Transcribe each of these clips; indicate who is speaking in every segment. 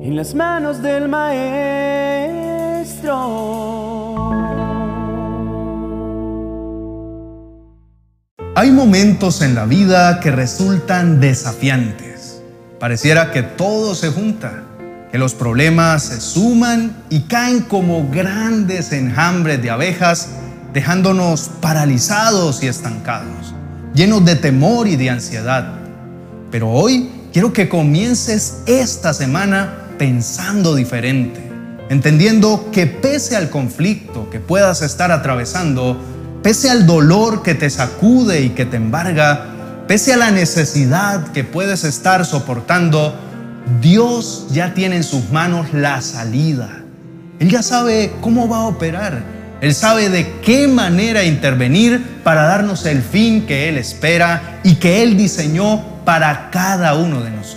Speaker 1: en las manos del Maestro.
Speaker 2: Hay momentos en la vida que resultan desafiantes. Pareciera que todo se junta, que los problemas se suman y caen como grandes enjambres de abejas, dejándonos paralizados y estancados, llenos de temor y de ansiedad. Pero hoy quiero que comiences esta semana pensando diferente, entendiendo que pese al conflicto que puedas estar atravesando, pese al dolor que te sacude y que te embarga, pese a la necesidad que puedes estar soportando, Dios ya tiene en sus manos la salida. Él ya sabe cómo va a operar. Él sabe de qué manera intervenir para darnos el fin que Él espera y que Él diseñó para cada uno de nosotros.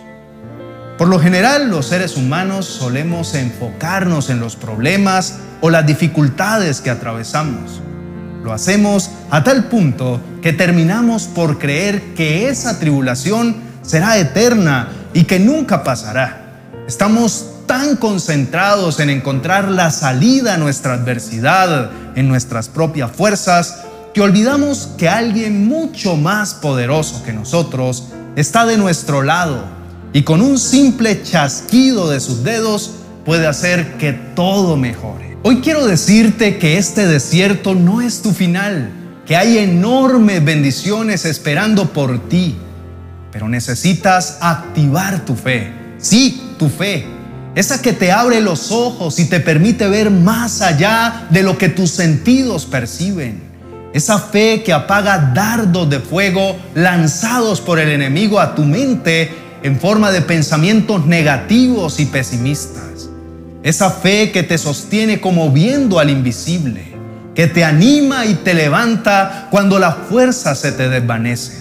Speaker 2: Por lo general, los seres humanos solemos enfocarnos en los problemas o las dificultades que atravesamos. Lo hacemos a tal punto que terminamos por creer que esa tribulación será eterna y que nunca pasará. Estamos tan concentrados en encontrar la salida a nuestra adversidad, en nuestras propias fuerzas, que olvidamos que alguien mucho más poderoso que nosotros está de nuestro lado y con un simple chasquido de sus dedos puede hacer que todo mejore. Hoy quiero decirte que este desierto no es tu final, que hay enormes bendiciones esperando por ti, pero necesitas activar tu fe. Sí, tu fe, esa que te abre los ojos y te permite ver más allá de lo que tus sentidos perciben. Esa fe que apaga dardos de fuego lanzados por el enemigo a tu mente en forma de pensamientos negativos y pesimistas. Esa fe que te sostiene como viendo al invisible, que te anima y te levanta cuando las fuerzas se te desvanecen.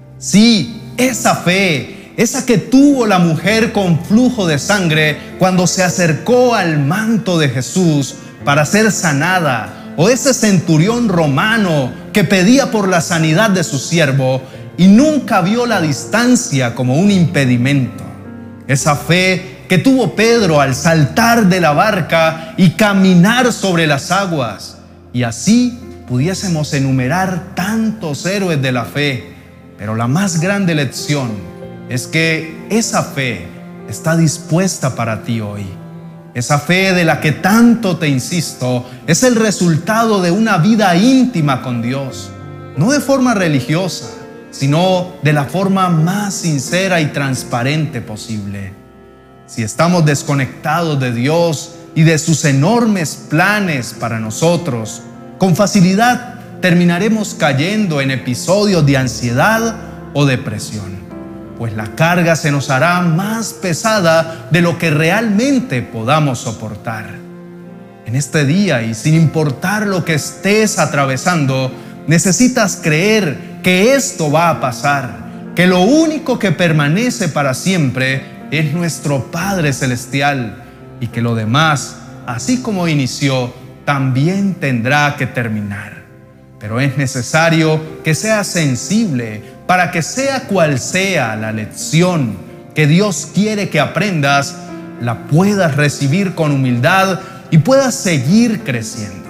Speaker 2: Sí, esa fe, esa que tuvo la mujer con flujo de sangre cuando se acercó al manto de Jesús para ser sanada, o ese centurión romano que pedía por la sanidad de su siervo y nunca vio la distancia como un impedimento. Esa fe que tuvo Pedro al saltar de la barca y caminar sobre las aguas. Y así pudiésemos enumerar tantos héroes de la fe. Pero la más grande lección es que esa fe está dispuesta para ti hoy. Esa fe de la que tanto te insisto es el resultado de una vida íntima con Dios. No de forma religiosa, sino de la forma más sincera y transparente posible. Si estamos desconectados de Dios y de sus enormes planes para nosotros, con facilidad terminaremos cayendo en episodios de ansiedad o depresión, pues la carga se nos hará más pesada de lo que realmente podamos soportar. En este día, y sin importar lo que estés atravesando, necesitas creer que esto va a pasar, que lo único que permanece para siempre es nuestro Padre Celestial y que lo demás, así como inició, también tendrá que terminar. Pero es necesario que seas sensible para que sea cual sea la lección que Dios quiere que aprendas, la puedas recibir con humildad y puedas seguir creciendo.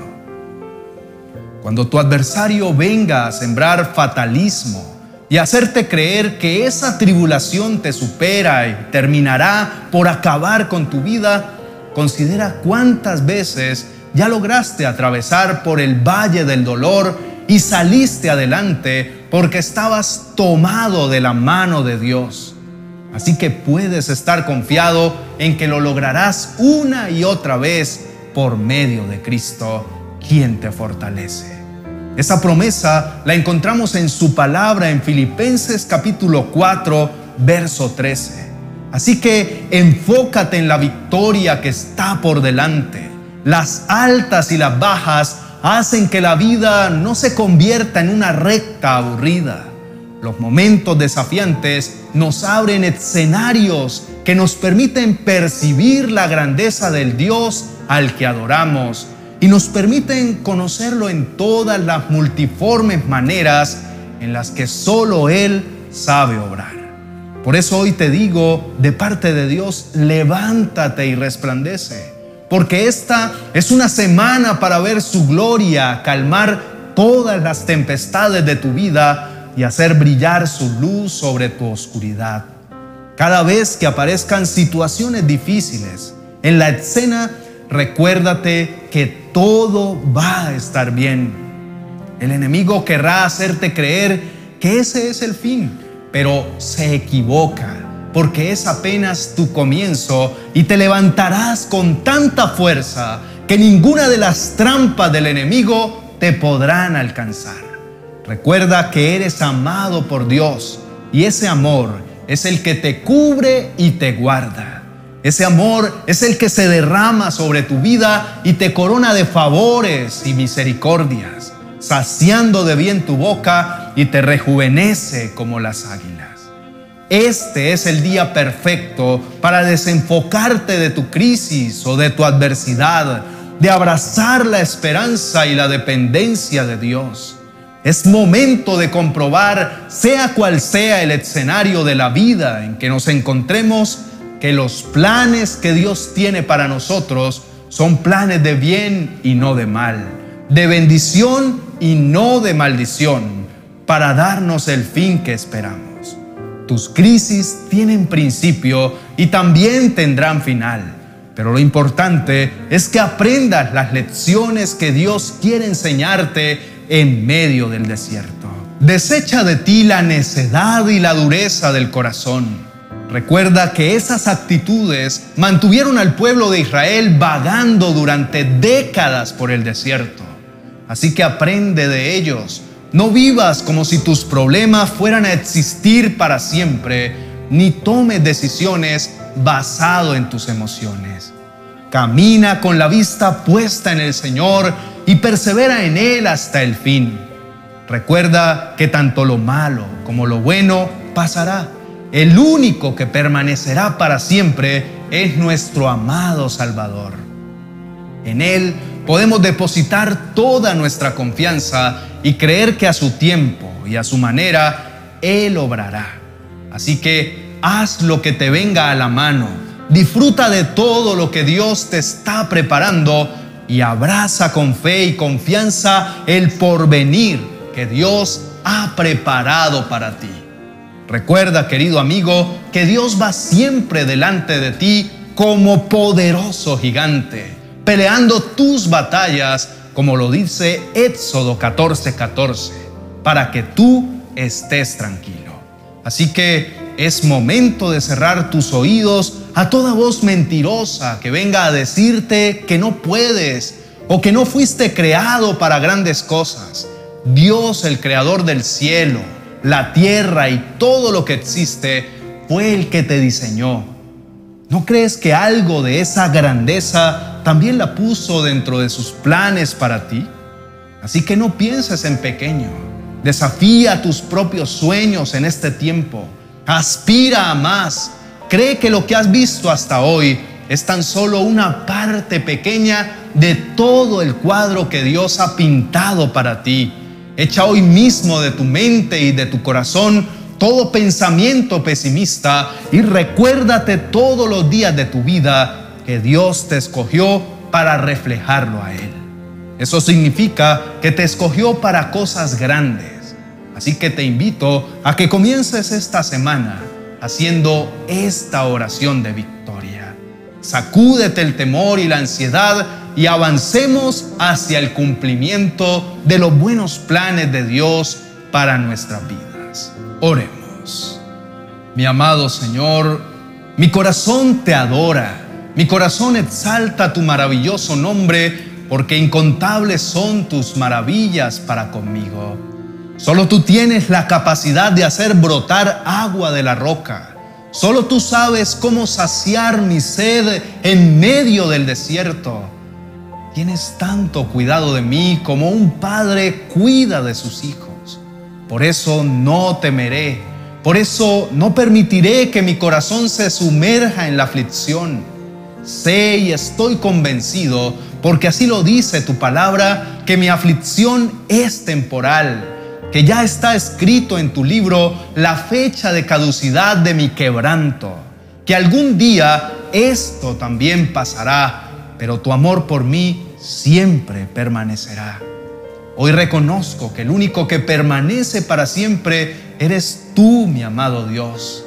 Speaker 2: Cuando tu adversario venga a sembrar fatalismo y hacerte creer que esa tribulación te supera y terminará por acabar con tu vida, considera cuántas veces ya lograste atravesar por el valle del dolor y saliste adelante porque estabas tomado de la mano de Dios. Así que puedes estar confiado en que lo lograrás una y otra vez por medio de Cristo, quien te fortalece. Esa promesa la encontramos en su palabra en Filipenses capítulo 4, verso 13. Así que enfócate en la victoria que está por delante. Las altas y las bajas hacen que la vida no se convierta en una recta aburrida. Los momentos desafiantes nos abren escenarios que nos permiten percibir la grandeza del Dios al que adoramos y nos permiten conocerlo en todas las multiformes maneras en las que solo Él sabe obrar. Por eso hoy te digo, de parte de Dios, levántate y resplandece, porque esta es una semana para ver su gloria, calmar todas las tempestades de tu vida y hacer brillar su luz sobre tu oscuridad. Cada vez que aparezcan situaciones difíciles en la escena, recuérdate que todo va a estar bien. El enemigo querrá hacerte creer que ese es el fin, pero se equivoca, porque es apenas tu comienzo y te levantarás con tanta fuerza que ninguna de las trampas del enemigo te podrán alcanzar. Recuerda que eres amado por Dios y ese amor es el que te cubre y te guarda. Ese amor es el que se derrama sobre tu vida y te corona de favores y misericordias, saciando de bien tu boca y te rejuvenece como las águilas. Este es el día perfecto para desenfocarte de tu crisis o de tu adversidad, de abrazar la esperanza y la dependencia de Dios. Es momento de comprobar, sea cual sea el escenario de la vida en que nos encontremos, que los planes que Dios tiene para nosotros son planes de bien y no de mal, de bendición y no de maldición, para darnos el fin que esperamos. Tus crisis tienen principio y también tendrán final, pero lo importante es que aprendas las lecciones que Dios quiere enseñarte en medio del desierto. Desecha de ti la necedad y la dureza del corazón. Recuerda que esas actitudes mantuvieron al pueblo de Israel vagando durante décadas por el desierto. Así que aprende de ellos. No vivas como si tus problemas fueran a existir para siempre, ni tomes decisiones basado en tus emociones. Camina con la vista puesta en el Señor y persevera en Él hasta el fin. Recuerda que tanto lo malo como lo bueno pasará. El único que permanecerá para siempre es nuestro amado Salvador. En Él podemos depositar toda nuestra confianza y creer que a su tiempo y a su manera Él obrará. Así que haz lo que te venga a la mano, disfruta de todo lo que Dios te está preparando y abraza con fe y confianza el porvenir que Dios ha preparado para ti. Recuerda, querido amigo, que Dios va siempre delante de ti como poderoso gigante, peleando tus batallas, como lo dice Éxodo 14:14, para que tú estés tranquilo. Así que es momento de cerrar tus oídos a toda voz mentirosa que venga a decirte que no puedes o que no fuiste creado para grandes cosas. Dios, el creador del cielo, la tierra y todo lo que existe, fue el que te diseñó. ¿No crees que algo de esa grandeza también la puso dentro de sus planes para ti? Así que no pienses en pequeño. Desafía tus propios sueños en este tiempo. Aspira a más. Cree que lo que has visto hasta hoy es tan solo una parte pequeña de todo el cuadro que Dios ha pintado para ti. Echa hoy mismo de tu mente y de tu corazón todo pensamiento pesimista y recuérdate todos los días de tu vida que Dios te escogió para reflejarlo a Él. Eso significa que te escogió para cosas grandes. Así que te invito a que comiences esta semana haciendo esta oración de victoria. Sacúdete el temor y la ansiedad y avancemos hacia el cumplimiento de los buenos planes de Dios para nuestras vidas. Oremos. Mi amado Señor, mi corazón te adora, mi corazón exalta tu maravilloso nombre, porque incontables son tus maravillas para conmigo. Solo tú tienes la capacidad de hacer brotar agua de la roca. Solo tú sabes cómo saciar mi sed en medio del desierto. Tienes tanto cuidado de mí como un padre cuida de sus hijos. Por eso no temeré, por eso no permitiré que mi corazón se sumerja en la aflicción. Sé y estoy convencido, porque así lo dice tu palabra, que mi aflicción es temporal, que ya está escrito en tu libro la fecha de caducidad de mi quebranto, que algún día esto también pasará, pero tu amor por mí siempre permanecerá. Hoy reconozco que el único que permanece para siempre eres tú, mi amado Dios.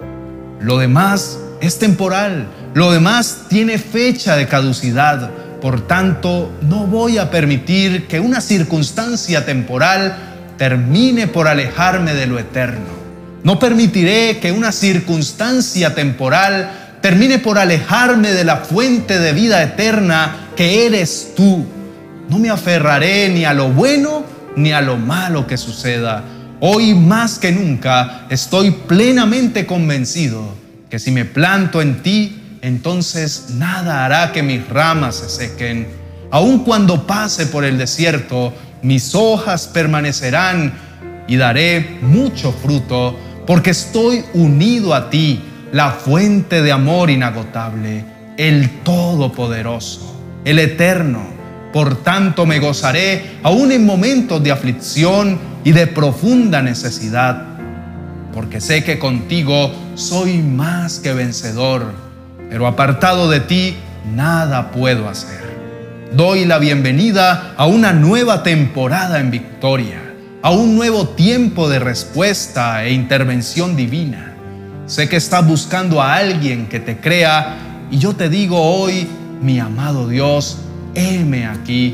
Speaker 2: Lo demás es temporal, lo demás tiene fecha de caducidad. Por tanto, no voy a permitir que una circunstancia temporal termine por alejarme de lo eterno. No permitiré que una circunstancia temporal termine por alejarme de la fuente de vida eterna que eres tú. No me aferraré ni a lo bueno ni a lo malo que suceda. Hoy más que nunca estoy plenamente convencido que si me planto en ti, entonces nada hará que mis ramas se sequen. Aun cuando pase por el desierto, mis hojas permanecerán y daré mucho fruto, porque estoy unido a ti, la fuente de amor inagotable, el Todopoderoso, el Eterno. Por tanto me gozaré aún en momentos de aflicción y de profunda necesidad, porque sé que contigo soy más que vencedor, pero apartado de ti nada puedo hacer. Doy la bienvenida a una nueva temporada en victoria, a un nuevo tiempo de respuesta e intervención divina. Sé que estás buscando a alguien que te crea y yo te digo hoy, mi amado Dios, heme aquí.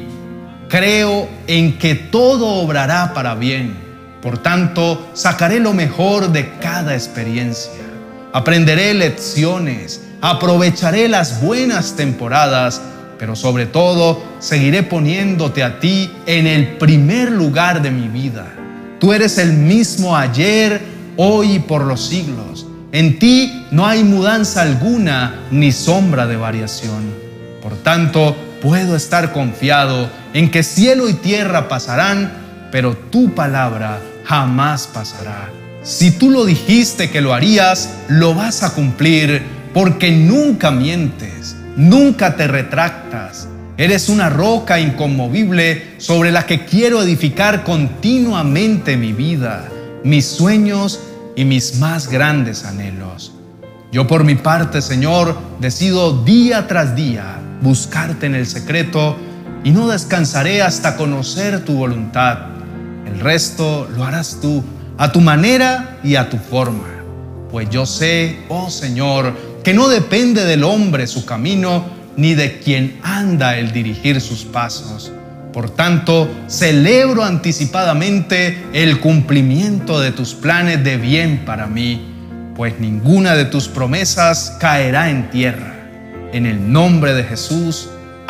Speaker 2: Creo en que todo obrará para bien. Por tanto, sacaré lo mejor de cada experiencia. Aprenderé lecciones, aprovecharé las buenas temporadas, pero sobre todo seguiré poniéndote a ti en el primer lugar de mi vida. Tú eres el mismo ayer, hoy y por los siglos. En ti no hay mudanza alguna ni sombra de variación. Por tanto, puedo estar confiado en que cielo y tierra pasarán, pero tu palabra jamás pasará. Si tú lo dijiste que lo harías, lo vas a cumplir, porque nunca mientes, nunca te retractas. Eres una roca inconmovible sobre la que quiero edificar continuamente mi vida, mis sueños y mis más grandes anhelos. Yo por mi parte, Señor, decido día tras día buscarte en el secreto y no descansaré hasta conocer tu voluntad. El resto lo harás tú, a tu manera y a tu forma. Pues yo sé, oh Señor, que no depende del hombre su camino, ni de quien anda el dirigir sus pasos. Por tanto, celebro anticipadamente el cumplimiento de tus planes de bien para mí, pues ninguna de tus promesas caerá en tierra. En el nombre de Jesús,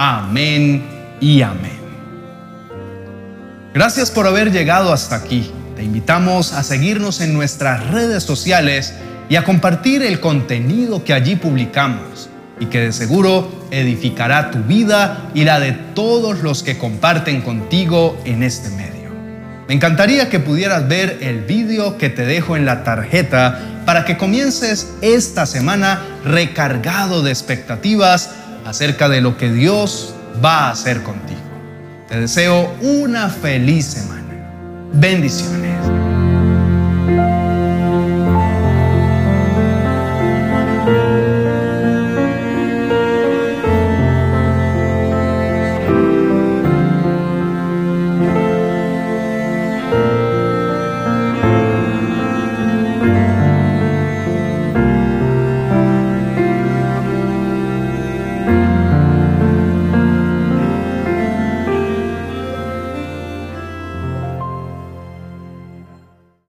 Speaker 2: amén y amén. Gracias por haber llegado hasta aquí. Te invitamos a seguirnos en nuestras redes sociales y a compartir el contenido que allí publicamos y que de seguro edificará tu vida y la de todos los que comparten contigo en este medio. Me encantaría que pudieras ver el vídeo que te dejo en la tarjeta para que comiences esta semana recargado de expectativas acerca de lo que Dios va a hacer contigo. Te deseo una feliz semana. Bendiciones.